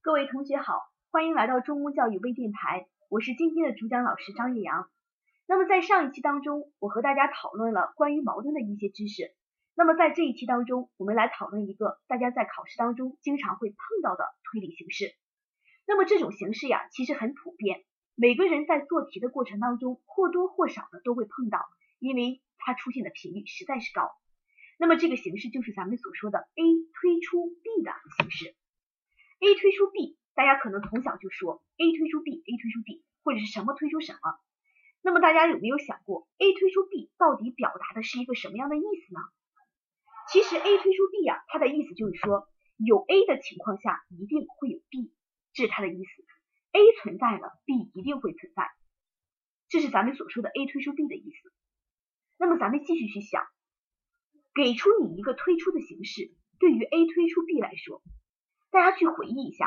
各位同学好，欢迎来到中公教育微电台，我是今天的主讲老师张叶阳。那么在上一期当中，我和大家讨论了关于矛盾的一些知识。那么在这一期当中，我们来讨论一个大家在考试当中经常会碰到的推理形式。那么这种形式呀，其实很普遍，每个人在做题的过程当中或多或少的都会碰到，因为它出现的频率实在是高。那么这个形式就是咱们所说的 A 推出 B 的形式。A 推出 B， 大家可能从小就说 A 推出 B， A 推出 B， 或者是什么推出什么。那么大家有没有想过 A 推出 B 到底表达的是一个什么样的意思呢？其实 A 推出 B 呀，它的意思就是说有 A 的情况下一定会有 B， 这是它的意思。A 存在了 B 一定会存在，这是咱们所说的 A 推出 B 的意思。那么咱们继续去想，给出你一个推出的形式，对于 A 推出 B 来说，大家去回忆一下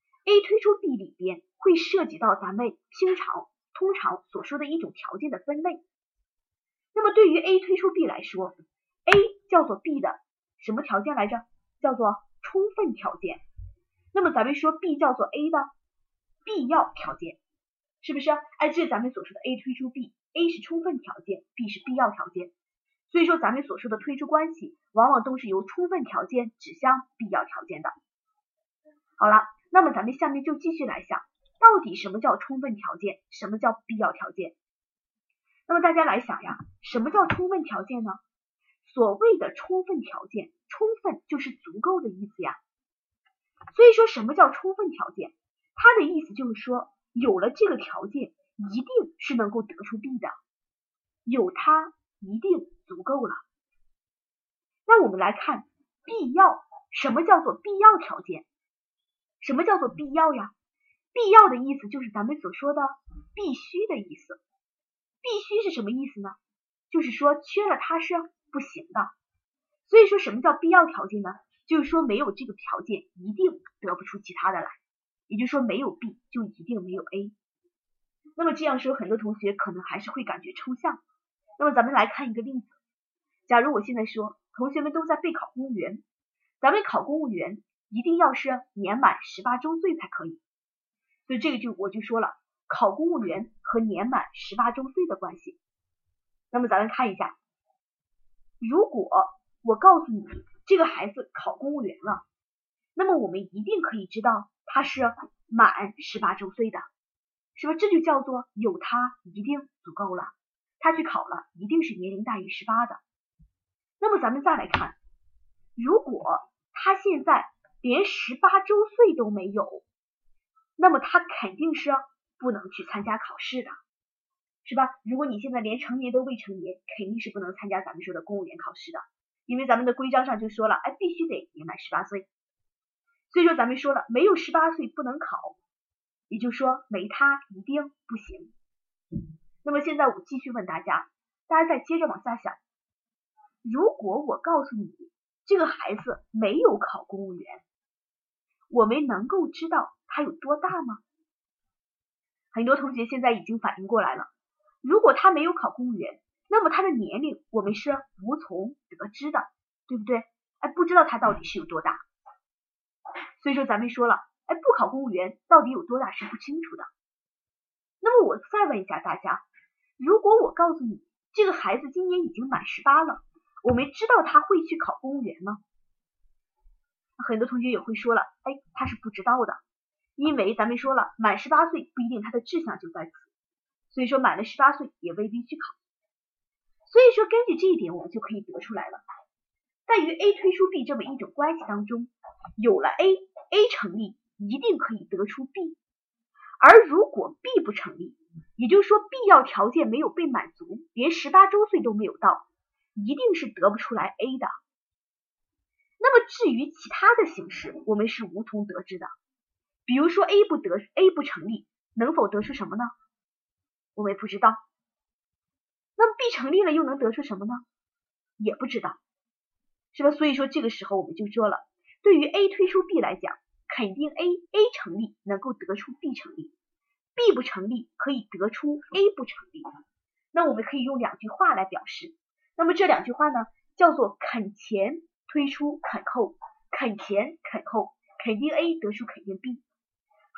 A 推出 B 里边会涉及到咱们通常所说的一种条件的分类。那么对于 A 推出 B 来说， A 叫做 B 的什么条件来着？叫做充分条件。那么咱们说 B 叫做 A 的必要条件，是不是？这是咱们所说的 A 推出 B， A 是充分条件， B 是必要条件。所以说咱们所说的推出关系往往都是由充分条件指向必要条件的。好了，那么咱们下面就继续来想，到底什么叫充分条件，什么叫必要条件？那么大家来想呀，什么叫充分条件呢？所谓的充分条件，充分就是足够的意思呀。所以说什么叫充分条件？它的意思就是说，有了这个条件，一定是能够得出 B 的，有它一定足够了。那我们来看必要，什么叫做必要条件？什么叫做必要呀？必要的意思就是咱们所说的必须的意思。必须是什么意思呢？就是说缺了它是不行的。所以说什么叫必要条件呢？就是说没有这个条件一定得不出其他的来，也就是说没有 B 就一定没有 A。 那么这样说很多同学可能还是会感觉抽象。那么咱们来看一个例子，假如我现在说同学们都在备考公务员，咱们考公务员一定要是年满18周岁才可以，所以这个我就说了，考公务员和年满18周岁的关系。那么咱们看一下，如果我告诉你这个孩子考公务员了，那么我们一定可以知道他是满18周岁的，是吧？这就叫做有他一定足够了，他去考了一定是年龄大于18的。那么咱们再来看，如果他现在连18周岁都没有，那么他肯定是不能去参加考试的，是吧？如果你现在连成年都未成年，肯定是不能参加咱们说的公务员考试的，因为咱们的规章上就说了，必须得年满18岁。所以说咱们说了，没有18岁不能考，也就是说没他一定不行。那么现在我继续问大家再接着往下想，如果我告诉你这个孩子没有考公务员，我们能够知道他有多大吗？很多同学现在已经反应过来了，如果他没有考公务员，那么他的年龄我们是无从得知的，对不对？不知道他到底是有多大。所以说咱们说了，不考公务员到底有多大是不清楚的。那么我再问一下大家，如果我告诉你这个孩子今年已经满18了，我们知道他会去考公务员吗？很多同学也会说了，他是不知道的，因为咱们说了，满18岁不一定他的志向就在此，所以说满了18岁也未必去考。所以说根据这一点我们就可以得出来了，在于 A 推出 B 这么一种关系当中，有了 A 成立一定可以得出 B， 而如果 B 不成立，也就是说必要条件没有被满足，连18周岁都没有到，一定是得不出来 A 的。那么至于其他的形式我们是无从得知的，比如说 A 不成立，能否得出什么呢？我们不知道。那么 B 成立了又能得出什么呢？也不知道，是吧？所以说这个时候我们就说了，对于 A 推出 B 来讲，肯定 A 成立能够得出 B 成立， B 不成立可以得出 A 不成立。那我们可以用2句话来表示，那么这2句话呢叫做肯前推出肯后，肯前肯后，肯定 A 得出肯定 B。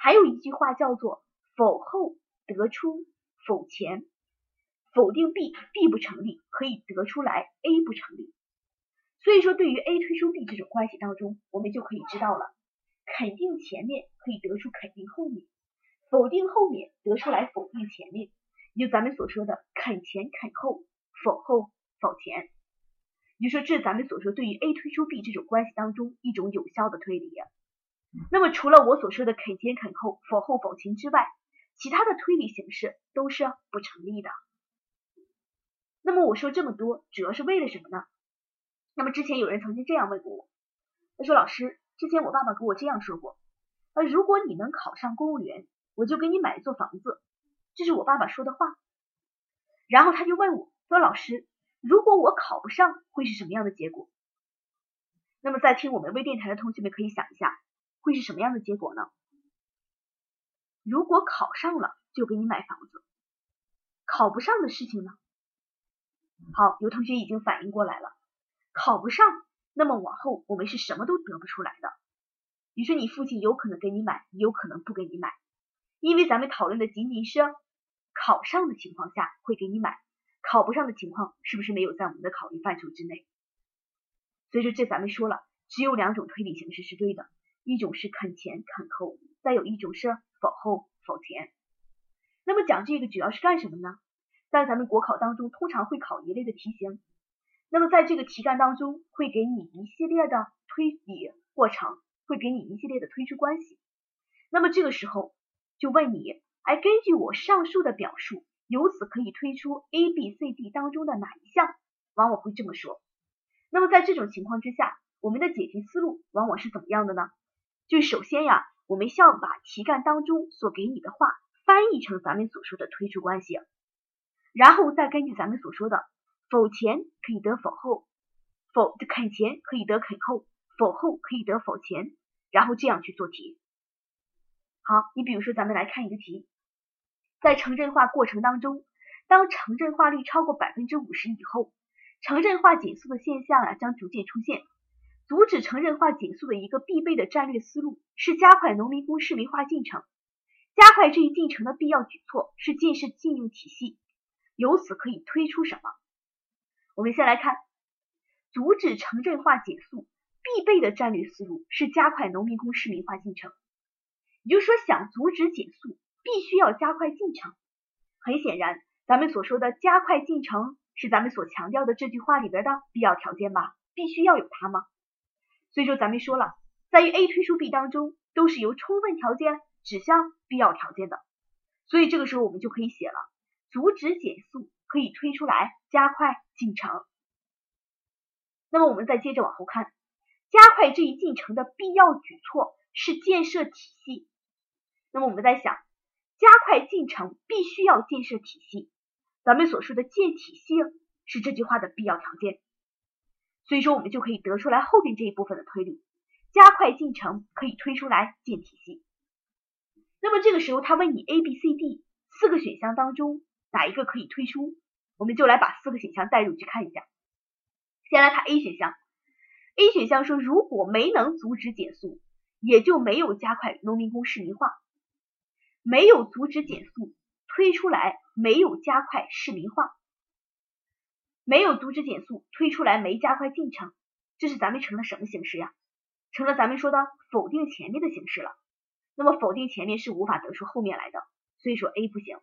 还有一句话叫做否后得出否前，否定 B 不成立，可以得出来 A 不成立。所以说对于 A 推出 B 这种关系当中，我们就可以知道了，肯定前面可以得出肯定后面，否定后面得出来否定前面，也就咱们所说的肯前肯后，否后否前。也就是说这是咱们所说对于 A 推出 B 这种关系当中一种有效的推理。那么除了我所说的肯前肯后，否后否前之外，其他的推理形式都是不成立的。那么我说这么多主要是为了什么呢？那么之前有人曾经这样问过我，他说老师，之前我爸爸跟我这样说过，如果你能考上公务员，我就给你买一座房子，这是我爸爸说的话。然后他就问我说，老师，如果我考不上会是什么样的结果？那么在听我们微电台的同学们可以想一下，会是什么样的结果呢？如果考上了就给你买房子，考不上的事情呢？好，有同学已经反应过来了，考不上，那么往后我们是什么都得不出来的。于是你父亲有可能给你买，有可能不给你买，因为咱们讨论的仅仅是考上的情况下会给你买，考不上的情况是不是没有在我们的考虑范畴之内？所以说这咱们说了，只有两种推理形式是对的，一种是肯前肯后，再有一种是否后否前。那么讲这个主要是干什么呢？在咱们国考当中通常会考一类的题型，那么在这个题干当中会给你一系列的推理过程，会给你一系列的推出关系。那么这个时候就问你，根据我上述的表述，由此可以推出 A、B、C、D 当中的哪一项？往往会这么说。那么在这种情况之下，我们的解题思路往往是怎么样的呢？就是首先呀，我们需要把题干当中所给你的话翻译成咱们所说的推出关系，然后再根据咱们所说的否前可以得否后，肯前可以得肯后，否后可以得否前，然后这样去做题。好，你比如说咱们来看一个题，在城镇化过程当中，当城镇化率超过 50% 以后，城镇化减速的现象将逐渐出现。阻止城镇化减速的一个必备的战略思路是加快农民工市民化进程，加快这一进程的必要举措是建设信用体系，由此可以推出什么？我们先来看，阻止城镇化减速必备的战略思路是加快农民工市民化进程，也就是说想阻止减速必须要加快进程。很显然咱们所说的加快进程是咱们所强调的这句话里边的必要条件吧，必须要有它吗？所以说咱们说了，在于 A 推出 B 当中都是由充分条件指向必要条件的，所以这个时候我们就可以写了，阻止减速可以推出来加快进程。那么我们再接着往后看，加快这一进程的必要举措是建设体系。那么我们在想，加快进程必须要建设体系，咱们所说的建体系是这句话的必要条件。所以说我们就可以得出来后边这一部分的推理，加快进程可以推出来建体系。那么这个时候他问你 A、B、C、D 4个选项当中哪一个可以推出，我们就来把4个选项带入去看一下。先来看 A 选项， A 选项说如果没能阻止减速，也就没有加快农民工市民化，没有阻止减速推出来没有加快市民化，没有阻止减速推出来没加快进程，这是咱们成了什么形式呀？成了咱们说的否定前面的形式了。那么否定前面是无法得出后面来的，所以说 A 不行。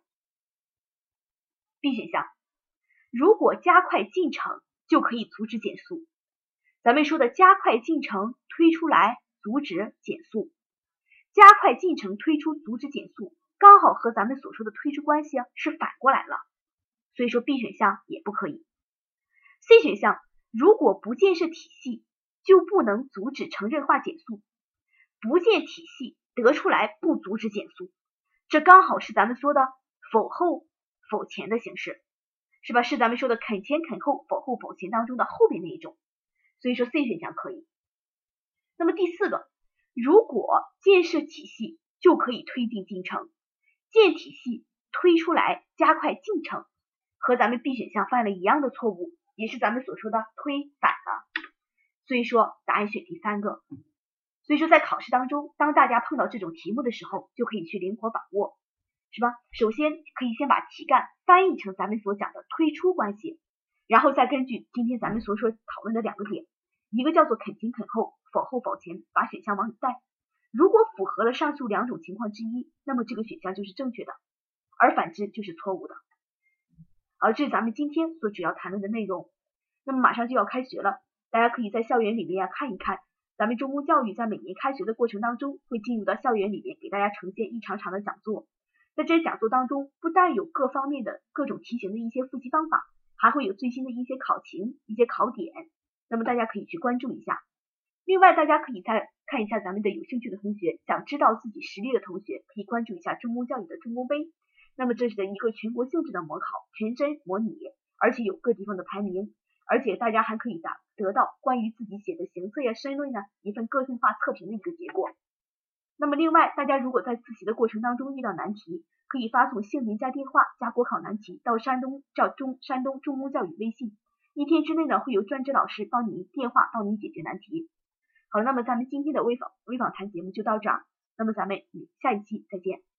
B 选项，如果加快进程就可以阻止减速，咱们说的加快进程推出来阻止减速，加快进程推出阻止减速刚好和咱们所说的推出关系是反过来了，所以说 B 选项也不可以。C 选项，如果不建设体系就不能阻止城镇化减速，不建体系得出来不阻止减速，这刚好是咱们说的否后否前的形式，是吧？是咱们说的肯前肯后否后否前当中的后边那一种，所以说 C 选项可以。那么第4个，如果建设体系就可以推进进程，建体系推出来加快进程，和咱们 B 选项犯了一样的错误，也是咱们所说的推反了，所以说答案选第3个。 所以说在考试当中，当大家碰到这种题目的时候，就可以去灵活把握，是吧？首先可以先把题干翻译成咱们所讲的推出关系，然后再根据今天咱们所说讨论的2个点，一个叫做肯前肯后，否后否前，把选项往里带。如果符合了上述2种情况之一，那么这个选项就是正确的，而反之就是错误的。好，这是咱们今天所主要谈论的内容。那么马上就要开学了，大家可以在校园里面看一看，咱们中公教育在每年开学的过程当中，会进入到校园里面给大家呈现一场场的讲座。在这些讲座当中，不但有各方面的各种题型的一些复习方法，还会有最新的一些考情、一些考点，那么大家可以去关注一下。另外，大家可以再看一下咱们的有兴趣的同学，想知道自己实力的同学，可以关注一下中公教育的中公杯。那么这是一个全国性质的模考，全真模拟，而且有各地方的排名，而且大家还可以得到关于自己写的行测呀、申论呢一份个性化测评的一个结果。那么另外，大家如果在自习的过程当中遇到难题，可以发送姓名加电话加国考难题到山东中公教育微信，1天之内呢会有专职老师帮您电话帮您解决难题。好了，那么咱们今天的微访谈节目就到这儿，那么咱们下一期再见。